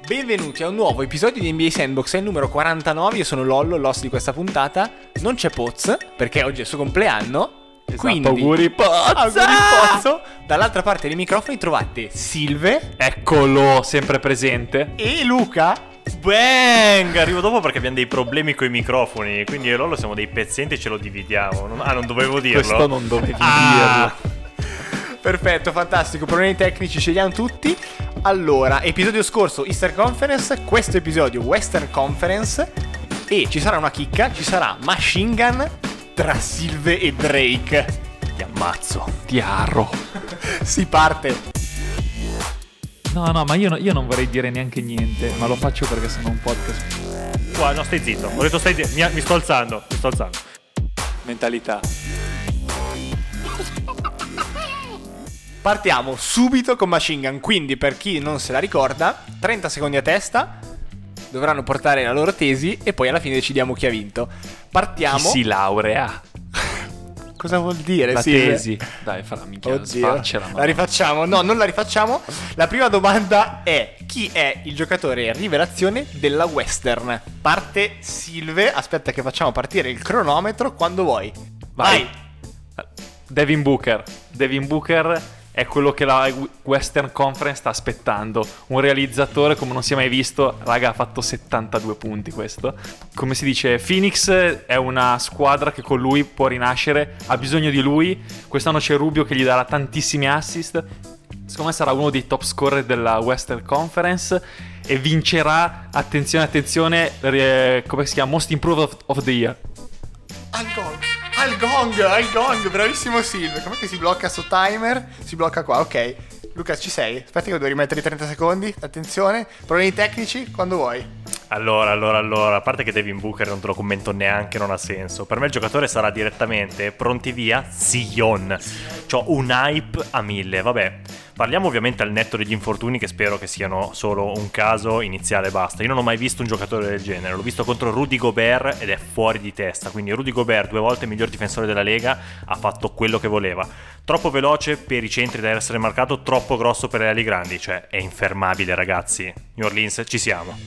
Benvenuti a un nuovo episodio di NBA Sandbox, è il numero 49, io sono Lollo, l'host di questa puntata. Non c'è Poz, perché oggi è il suo compleanno. Esatto, quindi, auguri Pozzo! Dall'altra parte dei microfoni trovate Silve. Eccolo, sempre presente. E Luca. Bang! Arrivo dopo perché abbiamo dei problemi con i microfoni, quindi io e Lollo siamo dei pezzenti e ce lo dividiamo. Non dovevo dirlo. Questo non dovevi dirlo. Perfetto, fantastico, problemi tecnici ce li hanno tutti. Allora, episodio scorso Eastern Conference, questo episodio Western Conference. E ci sarà una chicca, ci sarà Machine Gun tra Silve e Drake. Ti ammazzo. Ti arro. Si parte. No, ma io non vorrei dire neanche niente, ma lo faccio perché sono un podcast. Qua, no, stai zitto. Ho detto stai zitto. Mi sto alzando. Mentalità. Partiamo subito con Machine Gun, quindi per chi non se la ricorda, 30 secondi a testa, dovranno portare la loro tesi e poi alla fine decidiamo chi ha vinto. Partiamo. Chi si laurea? Cosa vuol dire? La Silve? tesi. Dai, fa la minchia, Oddio. sfaccela. La rifacciamo? No, non la rifacciamo. La prima domanda è: chi è il giocatore rivelazione della Western? Parte Silve. Aspetta che facciamo partire il cronometro quando vuoi. Vai. Devin Booker è quello che la Western Conference sta aspettando. Un realizzatore come non si è mai visto. Raga, ha fatto 72 punti questo. Come si dice, Phoenix è una squadra che con lui può rinascere. Ha bisogno di lui. Quest'anno c'è Rubio che gli darà tantissimi assist. Secondo me sarà uno dei top scorer della Western Conference e vincerà, attenzione, come si chiama? Most Improved of the Year. Al gong, bravissimo Silve. Com'è che si blocca su timer? Si blocca qua, ok. Luca, ci sei? Aspetta che devo rimettere i 30 secondi. Attenzione, problemi tecnici, quando vuoi. Allora, a parte che Devin Booker non te lo commento neanche, non ha senso. Per me il giocatore sarà direttamente pronti via Zion. C'ho un hype a 1000, vabbè. Parliamo ovviamente al netto degli infortuni, che spero che siano solo un caso iniziale e basta. Io non ho mai visto un giocatore del genere. L'ho visto contro Rudy Gobert ed è fuori di testa. Quindi Rudy Gobert, 2 volte miglior difensore della Lega, ha fatto quello che voleva. Troppo veloce per i centri da essere marcato, troppo grosso per le ali grandi. Cioè, è infermabile, ragazzi. New Orleans, ci siamo.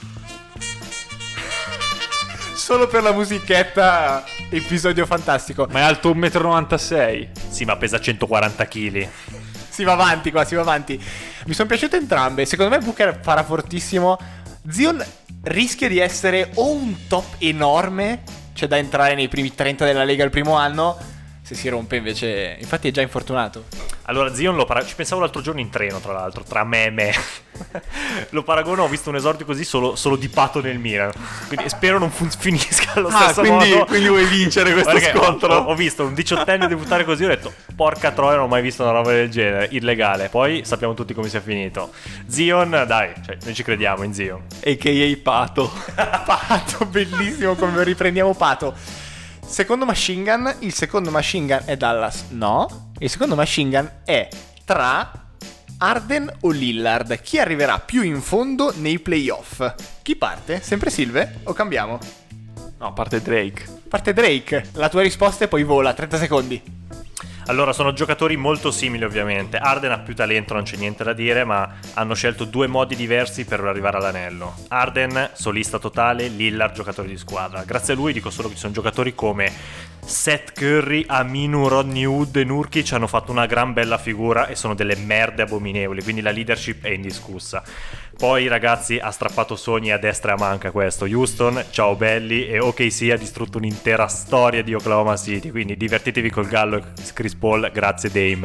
Solo per la musichetta, episodio fantastico. Ma è alto 1,96 m. Sì, ma pesa 140 kg. Si va avanti qua, si va avanti. Mi sono piaciute entrambe. Secondo me Booker farà fortissimo. Zion rischia di essere o un top enorme, cioè da entrare nei primi 30 della Lega il primo anno, se si rompe invece. Infatti è già infortunato. Allora Zion ci pensavo l'altro giorno in treno, tra l'altro, tra me e me. Lo paragono, ho visto un esordio così solo di Pato nel Milan. Quindi spero non finisca allo stesso modo. Quindi vuoi vincere questo Perché scontro? Ho visto un 18enne debuttare così, ho detto porca troia, non ho mai visto una roba del genere, illegale. Poi sappiamo tutti come sia finito. Zion, dai, cioè, noi ci crediamo in Zion. A.k.a. Pato. Pato, bellissimo come riprendiamo Pato. Secondo Machine Gun, il secondo Machine Gun è Dallas? No. Il secondo Machine Gun è tra Harden o Lillard. Chi arriverà più in fondo nei playoff? Chi parte? Sempre Silve o cambiamo? No, parte Drake. Parte Drake. La tua risposta e poi vola, 30 secondi. Allora, sono giocatori molto simili ovviamente. Harden ha più talento, non c'è niente da dire, ma hanno scelto 2 modi diversi per arrivare all'anello. Harden, solista totale, Lillard, giocatore di squadra. Grazie a lui dico solo che ci sono giocatori come Seth Curry, Aminu, Rodney Hood e Nurkic hanno fatto una gran bella figura e sono delle merde abominevoli, quindi la leadership è indiscussa. Poi ragazzi, ha strappato sogni a destra e a manca questo. Houston, ciao belli, e OKC ha distrutto un'intera storia di Oklahoma City, quindi divertitevi col Gallo e Chris Paul, grazie Dame.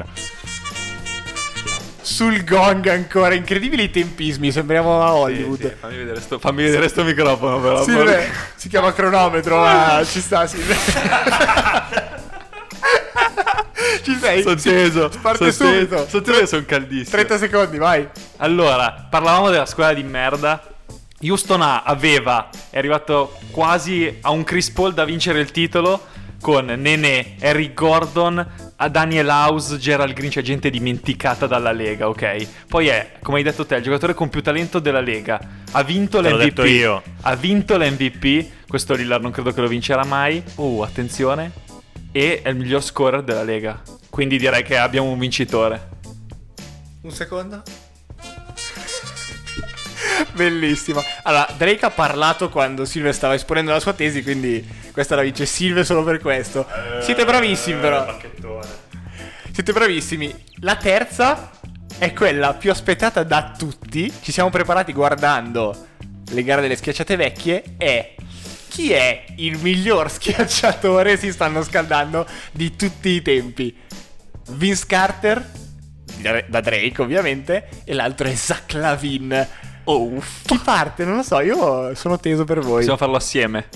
Sul gong ancora, incredibili i tempismi, sembriamo a Hollywood. Sì, fammi vedere sto microfono però. Sì, si chiama cronometro, ma ci sta, sì. Ci sei? Sono teso. Parte subito. Sono teso e sono caldissimo. 30 secondi, vai. Allora, parlavamo della squadra di merda. Houston è arrivato quasi a un Chris Paul da vincere il titolo con Nene, Eric Gordon, a Daniel House, Gerald Green, c'è gente dimenticata dalla Lega, ok? Poi è, come hai detto te, il giocatore con più talento della Lega. Ha vinto l'MVP. l'MVP. L'ho detto io. Ha vinto l'MVP. Questo Lillard non credo che lo vincerà mai. Attenzione. E è il miglior scorer della Lega. Quindi direi che abbiamo un vincitore. Un secondo. Bellissimo. Allora, Drake ha parlato quando Silve stava esponendo la sua tesi, quindi questa la vince Silve solo per questo. Siete bravissimi però. Bacchettone. Siete bravissimi. La terza è quella più aspettata da tutti. Ci siamo preparati guardando le gare delle schiacciate vecchie. È: chi è il miglior schiacciatore, si stanno scaldando, di tutti i tempi? Vince Carter, da Drake ovviamente, e l'altro è Zach Lavine. Oh, Chi parte? Non lo so, io sono teso per voi. possiamo farlo assieme.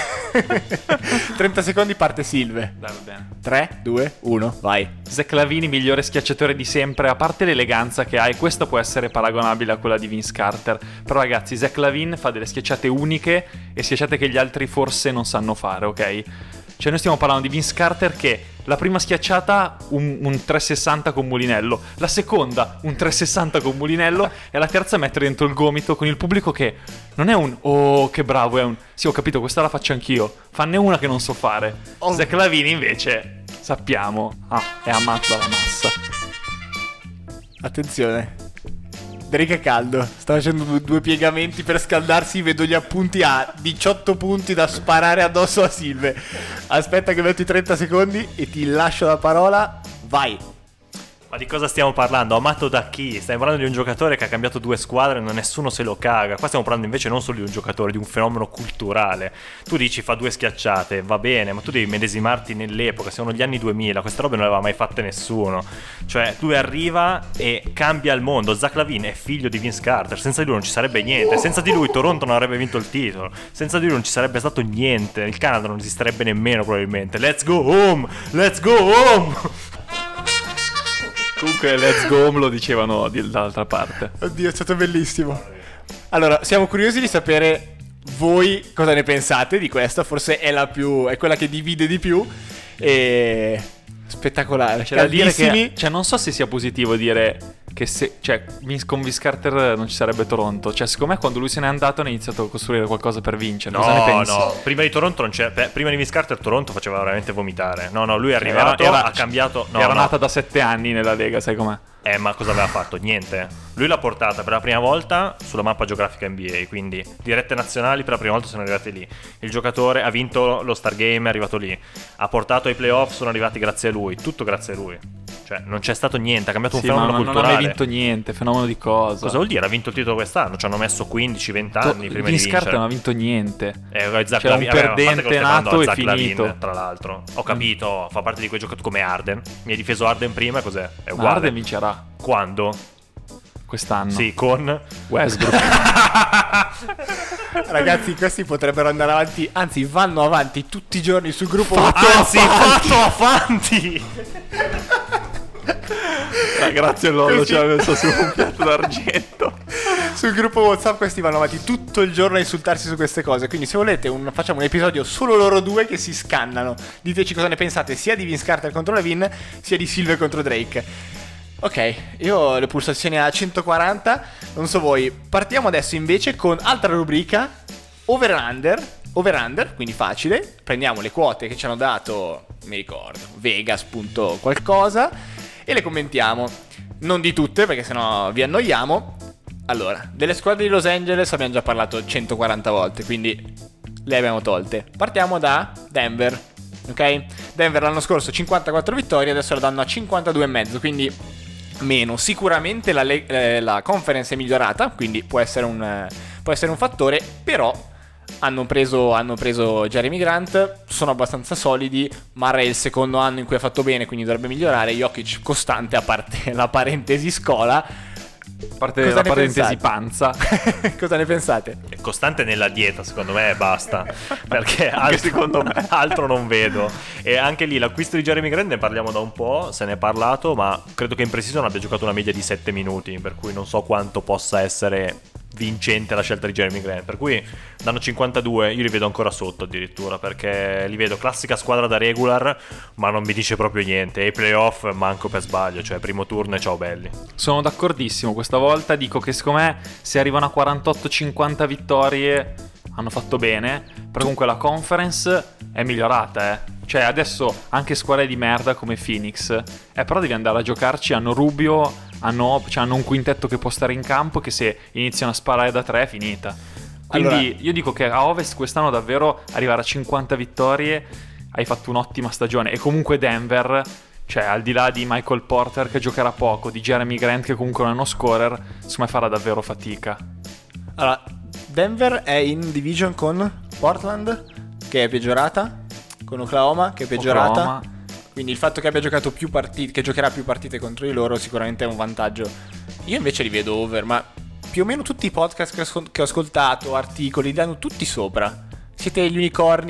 30 secondi, parte Silve. Dai, va bene. 3, 2, 1, vai. Zach Lavine, migliore schiacciatore di sempre, a parte l'eleganza che ha, e questa può essere paragonabile a quella di Vince Carter. Però ragazzi, Zach Lavine fa delle schiacciate uniche e schiacciate che gli altri forse non sanno fare, ok? Cioè noi stiamo parlando di Vince Carter che la prima schiacciata un 360 con mulinello, la seconda un 360 con mulinello e la terza mettere dentro il gomito con il pubblico che non è un oh che bravo, è un sì ho capito questa la faccio anch'io, fanne una che non so fare. Oh. Zach Lavine invece sappiamo è amato dalla massa. Attenzione, Drake è caldo, sta facendo due piegamenti per scaldarsi. Vedo gli appunti a 18 punti da sparare addosso a Silve. Aspetta che metti 30 secondi e ti lascio la parola. Vai. Ma di cosa stiamo parlando? Amato da chi? Stiamo parlando di un giocatore che ha cambiato 2 squadre e nessuno se lo caga. Qua stiamo parlando invece non solo di un giocatore, di un fenomeno culturale. Tu dici fa 2 schiacciate, va bene, ma tu devi medesimarti nell'epoca, siamo gli anni 2000, queste robe non le aveva mai fatte nessuno. Cioè, lui arriva e cambia il mondo. Zach Lavine è figlio di Vince Carter, senza di lui non ci sarebbe niente. Senza di lui Toronto non avrebbe vinto il titolo. Senza di lui non ci sarebbe stato niente. Il Canada non esisterebbe nemmeno probabilmente. Let's go home! Let's go home! Comunque let's go home lo dicevano dall'altra parte. Oddio, è stato bellissimo. Allora, siamo curiosi di sapere voi cosa ne pensate di questa. Forse è è quella che divide di più. E spettacolare. C'è da dire Caldissimi. che, cioè, non so se sia positivo dire che con Vince Carter non ci sarebbe Toronto. Cioè, secondo me quando lui se n'è andato hanno iniziato a costruire qualcosa per vincere. Cosa ne pensi? No, prima di Toronto non c'è. Prima di Vince Carter Toronto faceva veramente vomitare. No, lui è arrivato, ha cambiato. Era nata da 7 anni nella Lega, sai com'è? Ma cosa aveva fatto? Niente. Lui l'ha portata per la prima volta sulla mappa geografica NBA, quindi dirette nazionali per la prima volta sono arrivate lì. Il giocatore ha vinto lo Star Game, è arrivato lì. Ha portato ai playoff, sono arrivati grazie a lui. Tutto grazie a lui. Cioè, non c'è stato niente, ha cambiato un fenomeno culturale. Non ha mai vinto niente, fenomeno di cosa? Cosa vuol dire? Ha vinto il titolo quest'anno, ci hanno messo 15-20 anni prima di Vince vincere. Carter non ha vinto niente. Zach Cioè, un perdente nato e Zach finito. Lavine, tra l'altro. Ho capito, fa parte di quei giocatori come Harden. Mi hai difeso Harden prima, cos'è? È uguale. Harden vincerà Quando? quest'anno. Sì, con Westbrook. Ragazzi, questi potrebbero andare avanti. Anzi, vanno avanti tutti i giorni sul gruppo. fatto avanti. Grazie a Lollo, ci ha messo su un piatto d'argento. Sul gruppo WhatsApp questi vanno avanti tutto il giorno a insultarsi su queste cose. Quindi se volete facciamo un episodio solo loro due che si scannano. Diteci cosa ne pensate sia di Vince Carter contro Lavine sia di Silver contro Drake. Ok, io ho le pulsazioni a 140. Non so voi. Partiamo adesso invece con altra rubrica, over-under, quindi facile. Prendiamo le quote che ci hanno dato, mi ricordo, Vegas. Qualcosa, e le commentiamo. Non di tutte, perché sennò vi annoiamo. Allora, delle squadre di Los Angeles abbiamo già parlato 140 volte, quindi le abbiamo tolte. Partiamo da Denver, ok? Denver l'anno scorso 54 vittorie, adesso la danno a 52,5, quindi meno. Sicuramente la conference è migliorata, quindi può essere un fattore, però hanno preso Jeremy Grant, sono abbastanza solidi. Murray è il secondo anno in cui ha fatto bene, quindi dovrebbe migliorare. Jokic costante, a parte la parentesi scola. A parte la parentesi panza. Cosa ne pensate? È costante nella dieta, secondo me, e basta. Perché secondo me. altro non vedo. E anche lì l'acquisto di Jeremy Grant ne parliamo da un po', se ne è parlato, ma credo che in pre-season abbia giocato una media di 7 minuti, per cui non so quanto possa essere vincente la scelta di Jeremy Grant. Per cui danno 52, io li vedo ancora sotto addirittura, perché li vedo classica squadra da regular, ma non mi dice proprio niente. E i playoff manco per sbaglio, cioè primo turno e ciao belli. Sono d'accordissimo, questa volta dico che secondo me se arrivano a 48-50 vittorie hanno fatto bene, però comunque la conference è migliorata, Cioè adesso anche squadre di merda come Phoenix, però devi andare a giocarci, hanno Rubio, hanno un quintetto che può stare in campo, che se iniziano a sparare da 3 è finita. Quindi Allora, io dico che a Ovest quest'anno davvero arrivare a 50 vittorie hai fatto un'ottima stagione. E comunque Denver, cioè al di là di Michael Porter che giocherà poco, di Jeremy Grant che comunque è un scorer, secondo me farà davvero fatica. allora, Denver è in division con Portland, che è peggiorata, con Oklahoma, che è peggiorata. Oklahoma. Quindi il fatto che abbia giocato più partite, che giocherà più partite contro di loro, sicuramente è un vantaggio. Io invece li vedo over, ma più o meno tutti i podcast che ho ascoltato, articoli, li hanno tutti sopra. Siete gli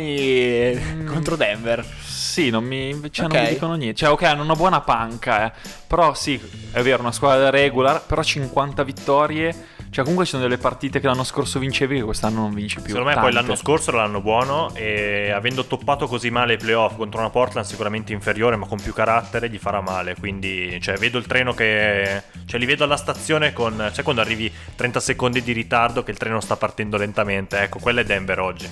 unicorni contro Denver. Sì, non mi Ok. dicono niente. Cioè, ok, hanno una buona panca, Però sì, è vero, una squadra da regular, però 50 vittorie. Cioè, comunque ci sono delle partite che l'anno scorso vincevi che quest'anno non vinci più. Secondo me poi tante. l'anno scorso era l'anno buono, e avendo toppato così male i playoff contro una Portland sicuramente inferiore ma con più carattere, gli farà male. Quindi cioè, vedo il treno che... Cioè li vedo alla stazione con... Sai quando arrivi 30 secondi di ritardo che il treno sta partendo lentamente? Ecco, quella è Denver oggi.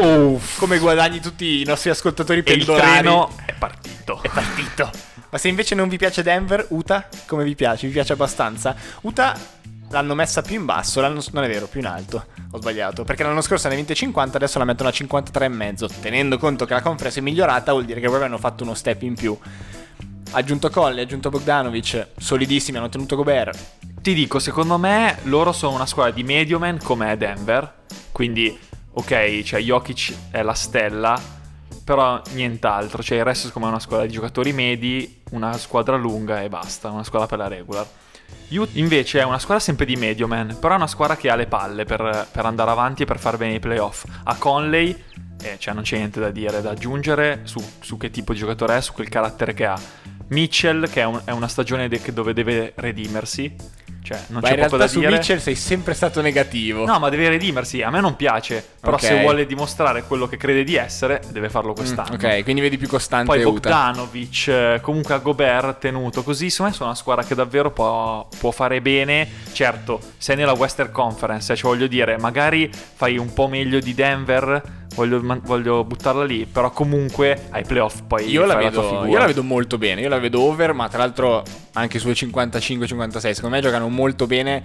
Come guadagni tutti i nostri ascoltatori E il pendolari. treno è partito. È partito. Ma se invece non vi piace Denver, Utah, come vi piace? Vi piace abbastanza? Utah l'hanno messa più in basso, non è vero, più in alto. Ho sbagliato, perché l'anno scorso ne ha vinte 50, adesso la mettono a 53,5. Tenendo conto che la conference è migliorata, vuol dire che proprio hanno fatto uno step in più. Aggiunto Conley, aggiunto Bogdanovic, solidissimi, hanno tenuto Gobert. Ti dico, secondo me loro sono una squadra di medio man come è Denver. Quindi, ok, cioè Jokic è la stella, però nient'altro. Cioè il resto secondo me è una squadra di giocatori medi, una squadra lunga e basta, una squadra per la regular. Utah invece è una squadra sempre di medio man, però è una squadra che ha le palle per andare avanti e per fare bene i playoff. A Conley, cioè non c'è niente da dire, da aggiungere su che tipo di giocatore è, su quel carattere che ha. Mitchell, che è una stagione dove deve redimersi, cioè non Ma c'è in poco realtà da su dire. Mitchell sei sempre stato negativo. No, ma deve redimersi, a me non piace, però Ok. se vuole dimostrare quello che crede di essere, deve farlo quest'anno. Ok, quindi vedi più costante Poi Utah. Bogdanovic, comunque a Gobert tenuto così, secondo me sono una squadra che davvero può fare bene. Certo, sei nella Western Conference, cioè voglio dire, magari fai un po' meglio di Denver, voglio buttarla lì, però comunque ai playoff poi Io la fai la tua figura. vedo molto bene, io la vedo over, ma tra l'altro anche sulle 55-56, secondo me giocano molto bene.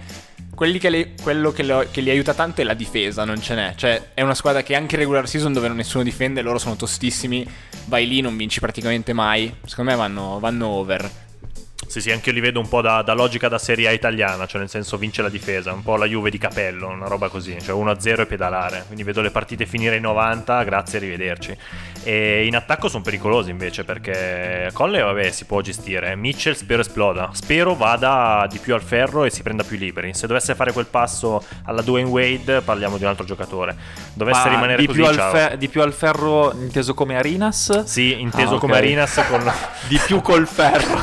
Quello che li aiuta tanto è la difesa, non ce n'è. Cioè è una squadra che anche in regular season dove nessuno difende, loro sono tostissimi, vai lì non vinci praticamente mai. Secondo me vanno over. Sì, anche io li vedo un po' da logica da Serie A italiana, cioè nel senso vince la difesa, un po' la Juve di Capello, una roba così, cioè 1-0 e pedalare. Quindi vedo le partite finire ai 90, grazie, arrivederci. E in attacco sono pericolosi invece, perché Conley vabbè si può gestire, Mitchell spero esploda, spero vada di più al ferro e si prenda più liberi. Se dovesse fare quel passo alla Dwayne Wade parliamo di un altro giocatore. Dovesse Ma rimanere di così, più ciao. di più al ferro inteso come Arinas? Sì, inteso ok. come Arinas con... Di più col ferro.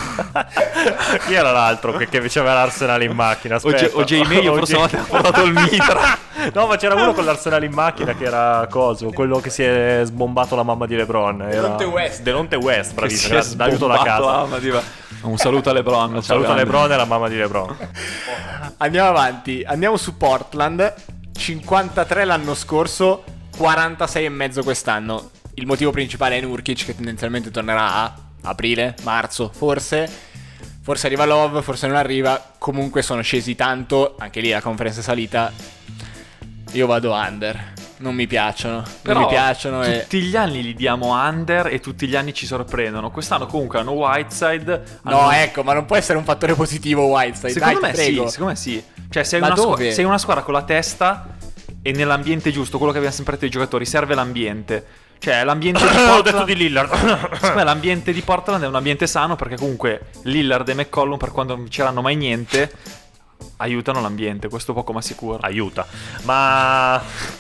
Chi era l'altro che aveva l'Arsenal in macchina? Aspetta. O J. Mayo forse ha portato il mitra. No, ma c'era uno con l'Arsenal in macchina che era coso, quello che si è sbombato la mamma di LeBron. Delonte West. Delonte West, Che bravissimo. si è Dà aiuto da sbombato casa. la mamma di- Un saluto a LeBron. Un saluto a LeBron e la mamma di LeBron. Andiamo avanti, andiamo su Portland. 53 l'anno scorso, 46,5 quest'anno. Il motivo principale è Nurkic, che tendenzialmente tornerà a aprile, marzo, forse arriva Love, forse non arriva. Comunque sono scesi tanto, anche lì la conferenza è salita. Io vado under, non mi piacciono, Però non mi piacciono e... tutti gli anni li diamo under e tutti gli anni ci sorprendono. Quest'anno comunque hanno Whiteside. No, hanno... ecco, ma non può essere un fattore positivo Whiteside, Secondo dai, me ti prego. sì, secondo me sì. Cioè sei Ma una, dove? sei una squadra con la testa e nell'ambiente giusto, quello che abbiamo sempre detto ai giocatori, serve l'ambiente. Cioè l'ambiente di Portland... Ho detto di Lillard. Secondo me l'ambiente di Portland è un ambiente sano, perché comunque Lillard e McCollum, per quando non c'erano mai niente, aiutano l'ambiente, questo poco ma sicuro. Aiuta. Ma...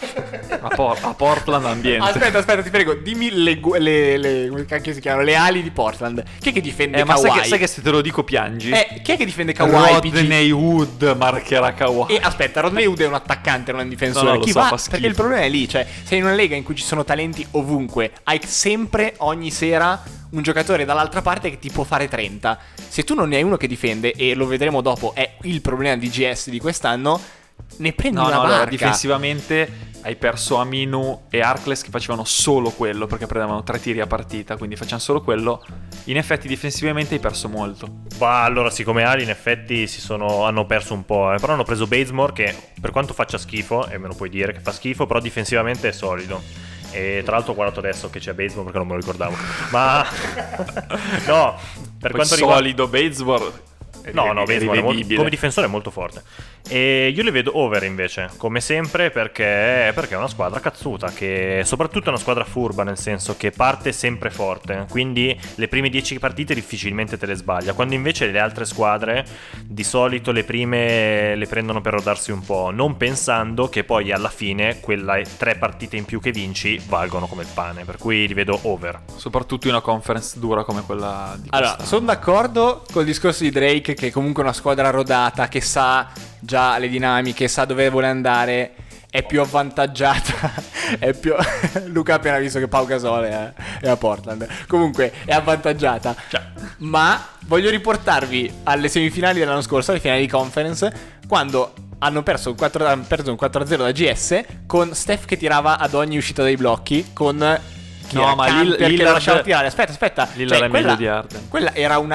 A Portland l'ambiente. Aspetta, ti prego, dimmi come cacchio si chiamano? Le ali di Portland. Chi è che difende Ma Kawhi? sai che se te lo dico piangi? Chi è che difende Kawhi? PG? Rodney Wood marcherà Kawhi. E aspetta, Rodney Hood è un attaccante, non è un difensore. No, lo Chi so, va? fa schifo. Perché il problema è lì, cioè, sei in una lega in cui ci sono talenti ovunque. Hai sempre, ogni sera, un giocatore dall'altra parte che ti può fare 30. Se tu non ne hai uno che difende, e lo vedremo dopo, è il problema di GS di quest'anno, ne prendi No, una allora, barca. difensivamente hai perso Aminu e Arcles che facevano solo quello, perché prendevano 3 tiri a partita, quindi facciamo solo quello. In effetti difensivamente hai perso molto. Ma allora sì, come ali in effetti hanno perso un po', però hanno preso Bazemore che per quanto faccia schifo, e me lo puoi dire che fa schifo, però difensivamente è solido. E tra l'altro ho guardato adesso che c'è Bazemore perché non me lo ricordavo. Ma no, per Poi quanto riguarda solido Bazemore. No, Bazemore come difensore difensore è molto forte. E io le vedo over invece, come sempre, perché è una squadra cazzuta, che soprattutto è una squadra furba, nel senso che parte sempre forte, quindi le prime 10 partite difficilmente te le sbaglia, quando invece le altre squadre di solito le prime le prendono per rodarsi un po', non pensando che poi alla fine quelle 3 partite in più che vinci valgono come il pane, per cui li vedo over. Soprattutto in una conference dura come quella di Allora, quest'anno. sono d'accordo col discorso di Drake, che è comunque una squadra rodata, che sa già le dinamiche, sa dove vuole andare, è più avvantaggiata. È più... Luca ha appena visto che Pau Gasol è a Portland. Comunque è avvantaggiata. Ma voglio riportarvi alle semifinali dell'anno scorso, alle finali di conference, quando hanno perso un 4-0 da GS, con Steph che tirava ad ogni uscita dei blocchi, con... No, ma Canter che lo lasciava tirare. Aspetta. Lillard è meglio di Harden. Quella era una...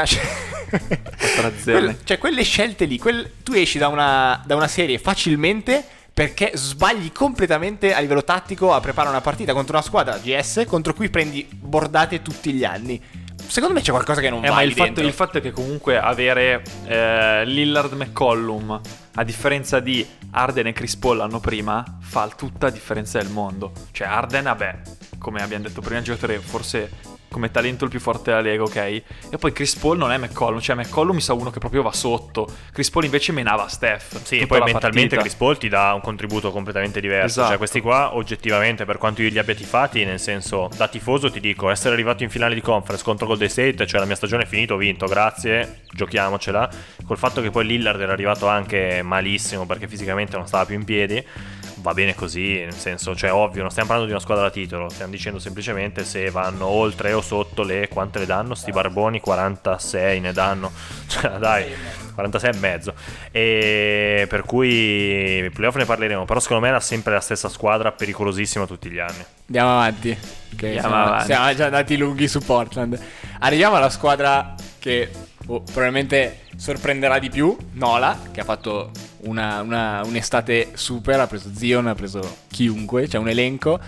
4-0. Cioè quelle scelte lì, tu esci da una serie facilmente perché sbagli completamente a livello tattico a preparare una partita contro una squadra GS contro cui prendi bordate tutti gli anni. Secondo me c'è qualcosa che non va ma lì dentro. il fatto è che comunque avere Lillard McCollum, a differenza di Harden e Chris Paul l'anno prima, fa tutta la differenza del mondo. Cioè Harden, vabbè, come abbiamo detto prima, giocatore forse come talento il più forte della Lega, ok? E poi Chris Paul non è McCollum, cioè McCollum mi sa uno che proprio va sotto. Chris Paul invece menava Steph. Sì, tutta poi la mentalmente partita. Chris Paul ti dà un contributo completamente diverso. Esatto. Cioè questi qua oggettivamente, per quanto io li abbia tifati, nel senso, da tifoso ti dico, essere arrivato in finale di conference contro Golden State, cioè la mia stagione è finita, ho vinto, grazie, giochiamocela. Col fatto che poi Lillard era arrivato anche malissimo perché fisicamente non stava più in piedi, va bene così, nel senso, cioè ovvio, non stiamo parlando di una squadra da titolo, stiamo dicendo semplicemente se vanno oltre o sotto quante le danno sti barboni, 46 ne danno, cioè dai, 46 e mezzo, e per cui i playoff ne parleremo, però secondo me era sempre la stessa squadra, pericolosissima tutti gli anni. Andiamo avanti, siamo già andati lunghi su Portland. Arriviamo alla squadra che probabilmente sorprenderà di più, Nola, che ha fatto un'estate super, ha preso Zion, ha preso chiunque, c'è un elenco.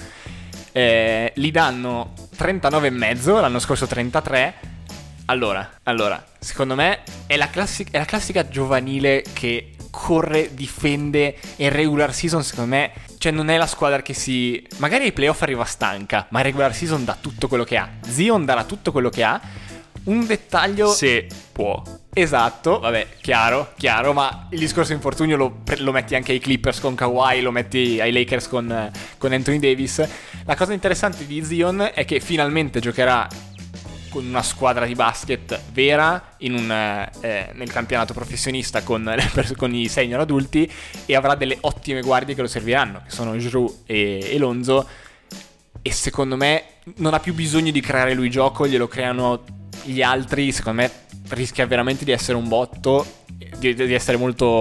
Li danno 39,5, l'anno scorso 33. Allora, secondo me è la classica giovanile che corre, difende, e in regular season secondo me, cioè non è la squadra che magari ai playoff arriva stanca, ma in regular season dà tutto quello che ha. Zion darà tutto quello che ha. Un dettaglio, se può. Esatto, vabbè, chiaro, ma il discorso infortunio lo metti anche ai Clippers con Kawhi, lo metti ai Lakers con Anthony Davis. La cosa interessante di Zion è che finalmente giocherà con una squadra di basket vera nel campionato professionista con i senior adulti, e avrà delle ottime guardie che lo serviranno, che sono Jrue e Lonzo, e secondo me non ha più bisogno di creare lui gioco, glielo creano gli altri. Secondo me rischia veramente di essere un botto, di essere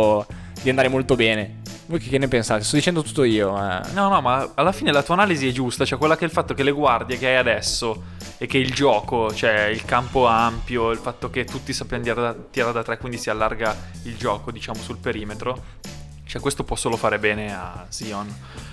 di andare molto bene. Voi che ne pensate? Sto dicendo tutto io. No, ma alla fine la tua analisi è giusta, cioè quella che è il fatto che le guardie che hai adesso e che il gioco, cioè il campo ampio, il fatto che tutti sappiano tirare da 3, quindi si allarga il gioco, diciamo, sul perimetro, cioè questo può solo fare bene a Zion.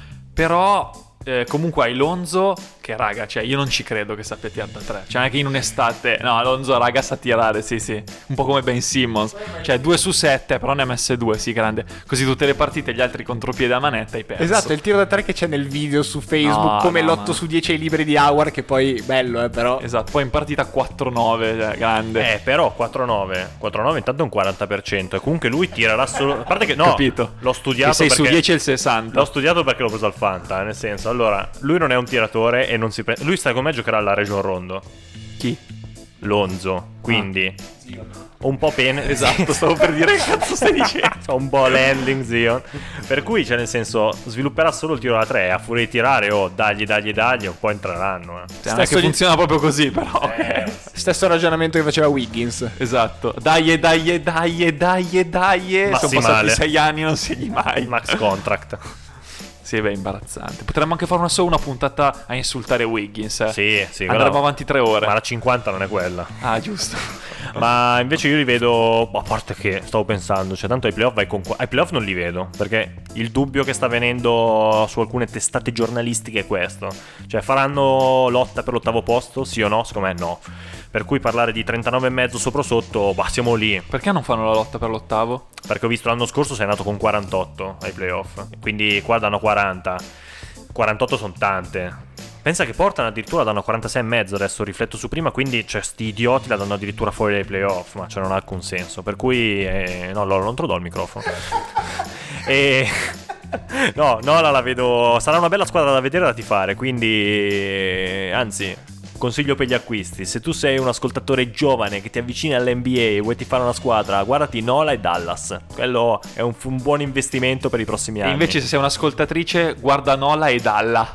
Però comunque hai Lonzo che, raga, cioè io non ci credo che sappia tirare da 3, cioè anche in un'estate, no, Lonzo, raga, sa tirare, sì, un po' come Ben Simmons, cioè 2 su 7, però ne ha messe 2, sì, grande, così tutte le partite gli altri contropiede a manetta hai perso. Esatto, il tiro da 3 che c'è nel video su Facebook, come l'8 su 10 ai libri di Howard, che poi bello, però. Esatto, poi in partita 4-9, cioè, grande. Però 4-9 intanto è un 40%, e comunque lui tirerà solo, a parte che no, capito, l'ho studiato, che 6 perché su 10 è il 60. L'ho studiato perché l'ho preso al Fanta, nel senso, allora, lui non è un tiratore e non si prende. Lui, sai com'è, giocherà alla Region Rondo. Chi? Lonzo, quindi un po' pene. Esatto, stavo per dire che cazzo stai dicendo. Un po' landing Zion. Per cui, cioè, nel senso, svilupperà solo il tiro da 3. A furia di tirare, dagli, un po' entreranno. Non è che funziona proprio così, però. Stesso ragionamento che faceva Wiggins. Esatto. Dai. Sono passati 6 anni, non segni mai. Max contract. Sì, beh, imbarazzante. Potremmo anche fare solo una puntata a insultare Wiggins. Sì, andremo avanti 3 ore. Ma la 50 non è quella. Ah, giusto. Ma invece io li vedo, a parte che stavo pensando, cioè tanto ai playoff ai playoff non li vedo, perché il dubbio che sta venendo su alcune testate giornalistiche è questo. Cioè faranno lotta per l'8º posto, sì o no? Secondo me no. Per cui parlare di 39,5 sopra o sotto, bah, siamo lì. Perché non fanno la lotta per l'8º? Perché ho visto l'anno scorso sei andato con 48 ai playoff, quindi qua danno 40. 48 sono tante. Pensa che portano addirittura danno 46,5, adesso rifletto su prima, quindi cioè sti idioti la danno addirittura fuori dai playoff, ma cioè non ha alcun senso. Per cui no, Lolo, non te lo do il microfono. E no, la vedo, sarà una bella squadra da vedere e da tifare, quindi anzi, consiglio per gli acquisti: se tu sei un ascoltatore giovane che ti avvicini all'NBA e vuoi tifare una squadra, guardati Nola e Dallas. Quello è un buon investimento per i prossimi anni. E invece se sei un'ascoltatrice, guarda Nola e Dalla.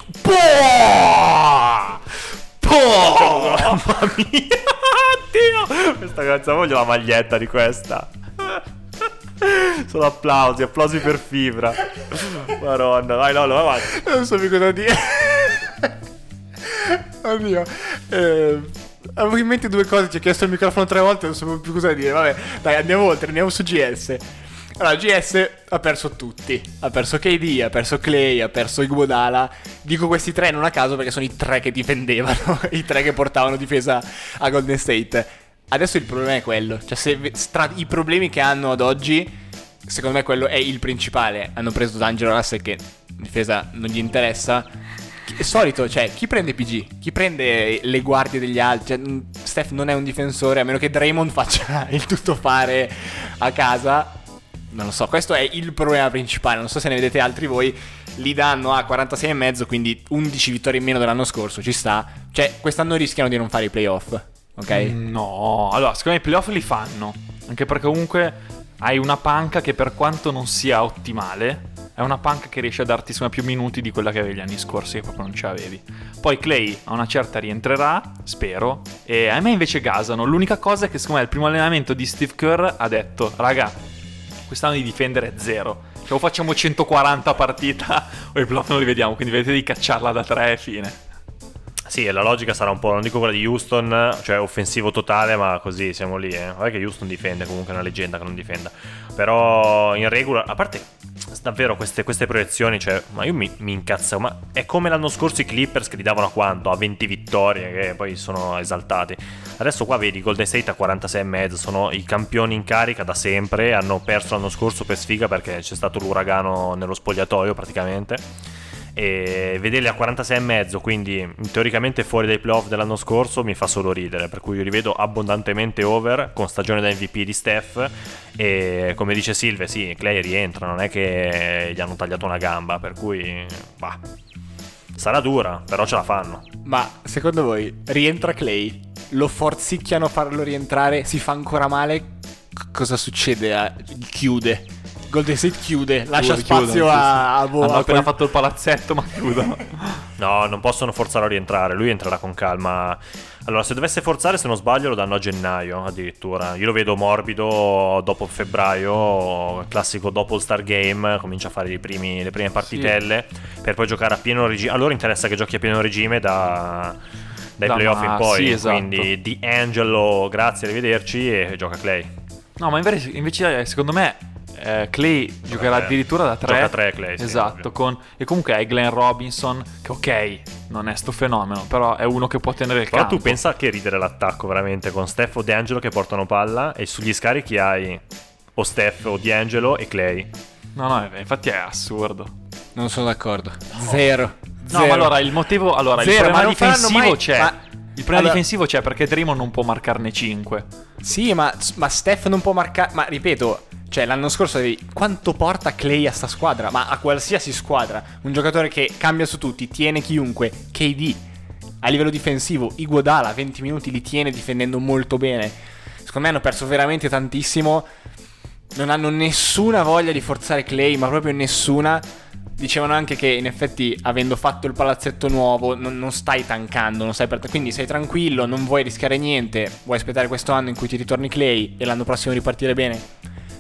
Mamma mia, Dio, questa canzone, voglio la maglietta di questa. Solo applausi per Fibra. Madonna, vai Lolo, vai avanti. Non so più cosa dire. Oddio. Avevo in mente 2 cose, ci ho chiesto il microfono 3 volte, non so più cosa dire. Vabbè, dai, andiamo oltre, andiamo su GS. Allora, GS ha perso tutti. Ha perso KD, ha perso Clay, ha perso Iguodala. Dico questi 3 non a caso perché sono i 3 che difendevano, i 3 che portavano difesa a Golden State. Adesso il problema è quello. Cioè, se tra i problemi che hanno ad oggi, secondo me quello è il principale. Hanno preso D'Angelo Russell che difesa non gli interessa. È solito, cioè, chi prende PG? Chi prende le guardie degli altri? Cioè, Steph non è un difensore, a meno che Draymond faccia il tuttofare a casa. Non lo so, questo è il problema principale. Non so se ne vedete altri voi. Li danno a 46,5, quindi 11 vittorie in meno dell'anno scorso, ci sta. Cioè, quest'anno rischiano di non fare i playoff, ok? No, allora, secondo me i playoff li fanno. Anche perché comunque hai una panca che, per quanto non sia ottimale, è una panca che riesce a darti insomma più minuti di quella che avevi gli anni scorsi, che proprio non ce l'avevi. Poi Clay a una certa rientrerà, spero. E a me invece gasano. L'unica cosa è che secondo me il primo allenamento di Steve Kerr ha detto: raga, quest'anno di difendere è 0. Cioè o facciamo 140 a partita o i playoff non li vediamo, quindi vedete di cacciarla da 3 e fine. Sì, la logica sarà un po', non dico quella di Houston, cioè offensivo totale, ma così siamo lì, Guarda che Houston difende, comunque è una leggenda che non difenda. Però in regola, a parte davvero queste proiezioni, cioè, ma io mi incazzo, ma è come l'anno scorso i Clippers che li davano a quanto? A 20 vittorie, che poi sono esaltati. Adesso qua vedi Golden State a 46,5, sono i campioni in carica da sempre, hanno perso l'anno scorso per sfiga perché c'è stato l'uragano nello spogliatoio praticamente. E vederli a 46,5, quindi teoricamente fuori dai playoff dell'anno scorso, mi fa solo ridere, per cui io li vedo abbondantemente over, con stagione da MVP di Steph. E come dice Silve, sì, Clay rientra, non è che gli hanno tagliato una gamba, per cui bah, sarà dura, però ce la fanno. Ma secondo voi rientra Clay, lo forzicchiano a farlo rientrare, si fa ancora male, cosa succede? Chiude. Golden State chiude, lascia spazio a hanno appena fatto il palazzetto, ma chiudono. No, non possono forzarlo a rientrare, lui entrerà con calma. Allora, se dovesse forzare, se non sbaglio, lo danno a gennaio addirittura. Io lo vedo morbido dopo febbraio, classico dopo il Star Game, comincia a fare le prime partitelle, sì, per poi giocare a pieno regime. A loro interessa che giochi a pieno regime dai playoff in poi, sì, esatto. Quindi D'Angelo, grazie, arrivederci, e gioca Clay. No, ma invece secondo me Clay giocherà addirittura da 3. Gioca 3 Clay, sì, esatto, e comunque hai Glenn Robinson che ok, non è sto fenomeno, però è uno che può tenere il però campo. tu pensa che ridere l'attacco veramente con Steph o D'Angelo che portano palla, e sugli scarichi hai o Steph o D'Angelo e Clay. No, infatti è assurdo. Non sono d'accordo. Zero. No, ma allora il motivo, il problema difensivo c'è. Il problema difensivo c'è perché Draymond non può marcarne 5. Sì, ma Steph non può marcare. Ma ripeto, cioè l'anno scorso quanto porta Clay a sta squadra? Ma a qualsiasi squadra. Un giocatore che cambia su tutti, tiene chiunque. KD a livello difensivo, Iguodala 20 minuti li tiene difendendo molto bene. Secondo me hanno perso veramente tantissimo. Non hanno nessuna voglia di forzare Clay, ma proprio nessuna. Dicevano anche che in effetti, avendo fatto il palazzetto nuovo, non stai tankando, quindi sei tranquillo, non vuoi rischiare niente, vuoi aspettare questo anno in cui ti ritorni Clay e l'anno prossimo ripartire bene. Secondo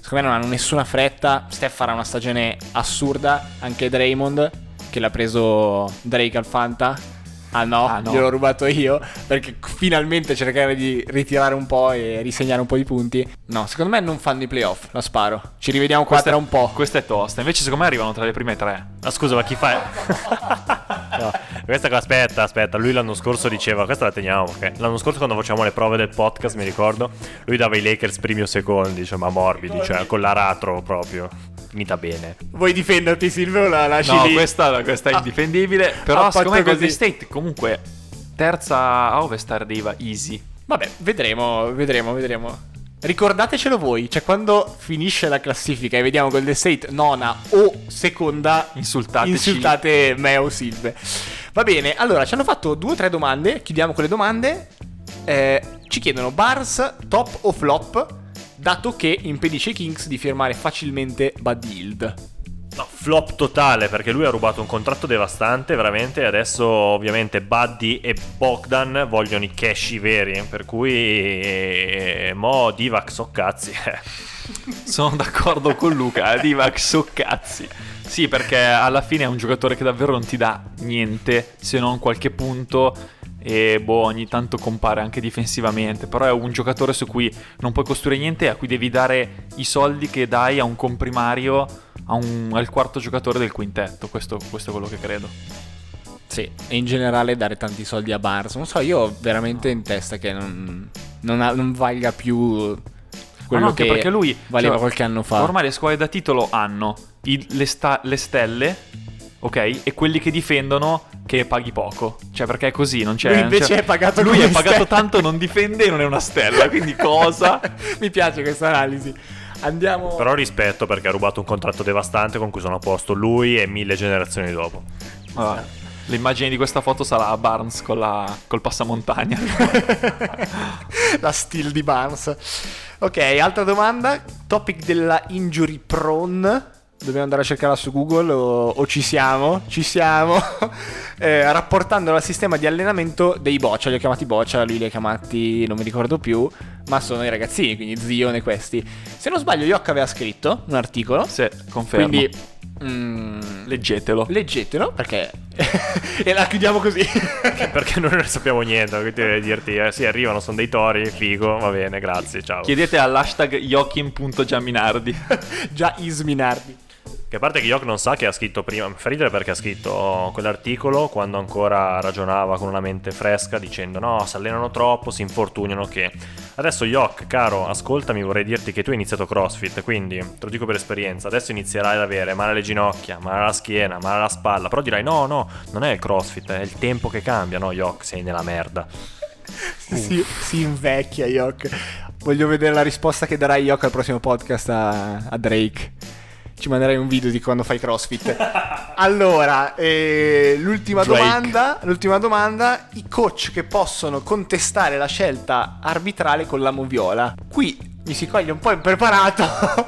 secondo me non hanno nessuna fretta. Steph farà una stagione assurda, anche Draymond, che l'ha preso Drake al Fanta. Ah no, gliel'ho rubato io, perché finalmente cercare di ritirare un po' e risegnare un po' di punti. No, secondo me non fanno i playoff, la sparo. Ci rivediamo qua tra un po'. Questa è tosta, invece secondo me arrivano tra le prime 3. Ma scusa, ma chi fa? No, questa qua, aspetta, lui l'anno scorso diceva, questa la teniamo perché l'anno scorso quando facevamo le prove del podcast, mi ricordo, lui dava i Lakers primi o secondi, cioè, ma morbidi, cioè con l'aratro proprio. Finita bene. Vuoi difenderti, Silvio, o la lasci No, lì? questa è indifendibile. Però secondo me fatto Golden così. State comunque terza a ovest arriva easy. Vabbè, vedremo. Ricordatecelo voi, cioè quando finisce la classifica e vediamo Golden State nona o seconda, Insultateci. insultate me o Silve. Va bene, allora ci hanno fatto 2 o 3 domande, chiudiamo con le domande. Ci chiedono Barnes top o flop, dato che impedisce ai Kings di firmare facilmente Buddy Hield. No, flop totale, perché lui ha rubato un contratto devastante veramente, e adesso ovviamente Buddy e Bogdan vogliono i cash veri, per cui mo Divac so cazzi. Sono d'accordo con Luca, Divac so cazzi. Sì, perché alla fine è un giocatore che davvero non ti dà niente se non qualche punto e ogni tanto compare anche difensivamente, però è un giocatore su cui non puoi costruire niente e a cui devi dare i soldi che dai a un comprimario, al quarto giocatore del quintetto. Questo è quello che credo. Sì, e in generale dare tanti soldi a Barnes. Non so, io ho veramente in testa che non valga più quello anche che perché lui valeva qualche anno fa. Ormai le squadre da titolo hanno le stelle, ok? E quelli che difendono che paghi poco. Cioè, perché è così, non c'è. Lui invece è pagato Lui come è pagato stella. tanto, non difende e non è una stella. Quindi cosa? Mi piace questa analisi. Andiamo. Però rispetto, perché ha rubato un contratto devastante con cui sono a posto lui e 1000 generazioni dopo. Vabbè, l'immagine di questa foto sarà Barnes col passamontagna. La steal di Barnes. Ok, altra domanda. Topic della injury prone. Dobbiamo andare a cercarla su Google o ci siamo? Ci siamo. Rapportandolo al sistema di allenamento dei Boccia. Li ho chiamati Boccia, lui li ha chiamati non mi ricordo più, ma sono i ragazzini, quindi Zione questi. Se non sbaglio Yok aveva scritto un articolo. Sì, confermo. Quindi leggetelo perché e la chiudiamo così. Perché noi non ne sappiamo niente, quindi devo dirti, sì, arrivano, sono dei tori, figo, va bene, grazie, ciao. Chiedete all'hashtag Joachim.Giaminardi. Già Isminardi. Che a parte che Yok non sa che ha scritto prima, mi fa ridere perché ha scritto quell'articolo quando ancora ragionava con una mente fresca dicendo no, si allenano troppo, si infortunano, che adesso Yok, caro, ascoltami, vorrei dirti che tu hai iniziato CrossFit, quindi te lo dico per esperienza, adesso inizierai ad avere male alle ginocchia, male alla schiena, male alla spalla, però dirai no, non è il CrossFit, è il tempo che cambia, no Yok, sei nella merda. Si invecchia Yok. Voglio vedere la risposta che darà Yok al prossimo podcast a Drake. Ci manderai un video di quando fai CrossFit. Allora, l'ultima domanda. I coach che possono contestare la scelta arbitrale con la moviola. Qui mi si coglie un po' impreparato.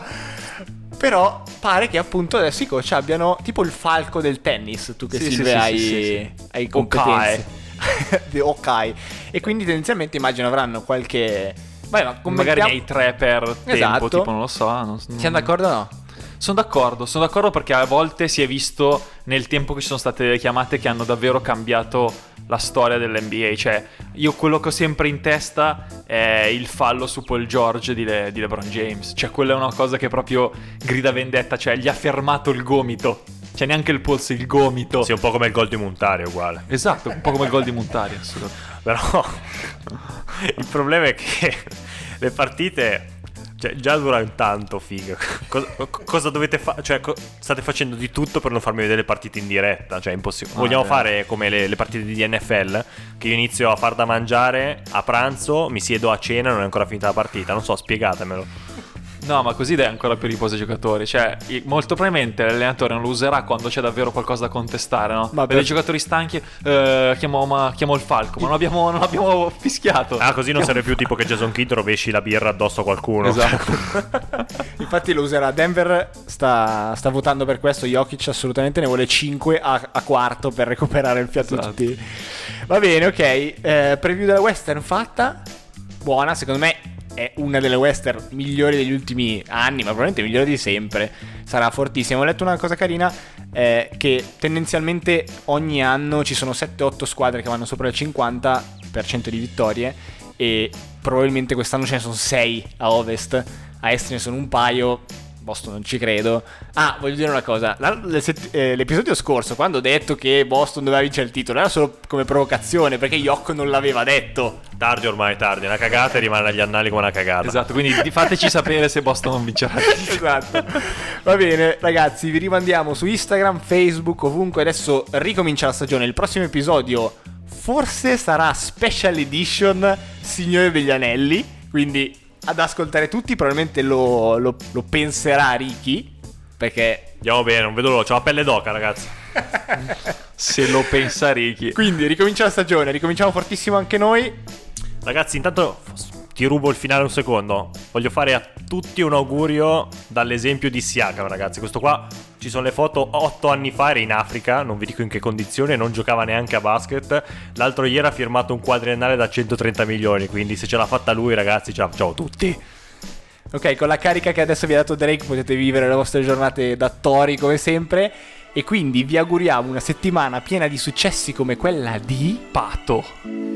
Però pare che appunto adesso i coach abbiano tipo il falco del tennis. Tu che Sì, Silve hai competenze. Ok. E quindi tendenzialmente immagino avranno qualche... Vai, ma Magari ne hai 3 per tempo, Esatto. tipo, non lo so. Siamo d'accordo o no? Sono d'accordo perché a volte si è visto nel tempo che ci sono state delle chiamate che hanno davvero cambiato la storia dell'NBA. Cioè, io quello che ho sempre in testa è il fallo su Paul George di LeBron James. Cioè, quella è una cosa che proprio grida vendetta, cioè gli ha fermato il gomito. Cioè, neanche il polso, il gomito. Sì, un po' come il gol di Montari, uguale. Esatto, un po' come il gol di Montari, assolutamente. Però il problema è che le partite... Cioè, già durano tanto, figa. Cosa dovete fare? Cioè, state facendo di tutto per non farmi vedere le partite in diretta. Cioè, è impossibile. Vogliamo fare come le partite di NFL, che io inizio a far da mangiare a pranzo, mi siedo a cena e non è ancora finita la partita. Non so, spiegatemelo. No, ma così dai ancora più riposo ai giocatori. Cioè, molto probabilmente l'allenatore non lo userà quando c'è davvero qualcosa da contestare, no? Ma Per i giocatori stanchi, chiamo il falco, ma non abbiamo fischiato. Ah, così non serve più tipo che Jason Kidd rovesci la birra addosso a qualcuno. Esatto. Infatti lo userà. Denver sta votando per questo. Jokic assolutamente ne vuole 5 a quarto per recuperare il fiato Esatto. tutti. Va bene, ok. Preview della Western fatta. Buona, secondo me è una delle western migliori degli ultimi anni, ma probabilmente migliore di sempre. Sarà fortissima. Ho letto una cosa carina, che tendenzialmente ogni anno ci sono 7-8 squadre che vanno sopra il 50% di vittorie, e probabilmente quest'anno ce ne sono 6 a Ovest, a Est ce ne sono un paio. Boston non ci credo. Ah, voglio dire una cosa. L'episodio scorso, quando ho detto che Boston doveva vincere il titolo, era solo come provocazione, perché Yok non l'aveva detto. Tardi ormai, tardi. Una cagata e rimane agli annali come una cagata. Esatto, quindi fateci sapere se Boston non vincerà il titolo. Esatto. Va bene, ragazzi, vi rimandiamo su Instagram, Facebook, ovunque. Adesso ricomincia la stagione. Il prossimo episodio forse sarà Special Edition Signore degli Anelli, quindi ad ascoltare tutti. Probabilmente lo penserà Ricky, perché Andiamo bene, non vedo l'ora. C'ho la pelle d'oca, ragazzi. Se lo pensa Ricky. quindi ricomincia la stagione, ricominciamo fortissimo anche noi. Ragazzi, intanto ti rubo il finale un secondo. Voglio fare a tutti un augurio dall'esempio di Siakam, ragazzi. Questo qua, ci sono le foto 8 anni fa, era in Africa, non vi dico in che condizioni, non giocava neanche a basket. L'altro ieri ha firmato un quadriennale da 130 milioni, quindi se ce l'ha fatta lui, ragazzi, ciao a tutti. Ok, con la carica che adesso vi ha dato Drake potete vivere le vostre giornate da tori come sempre. E quindi vi auguriamo una settimana piena di successi come quella di Pato.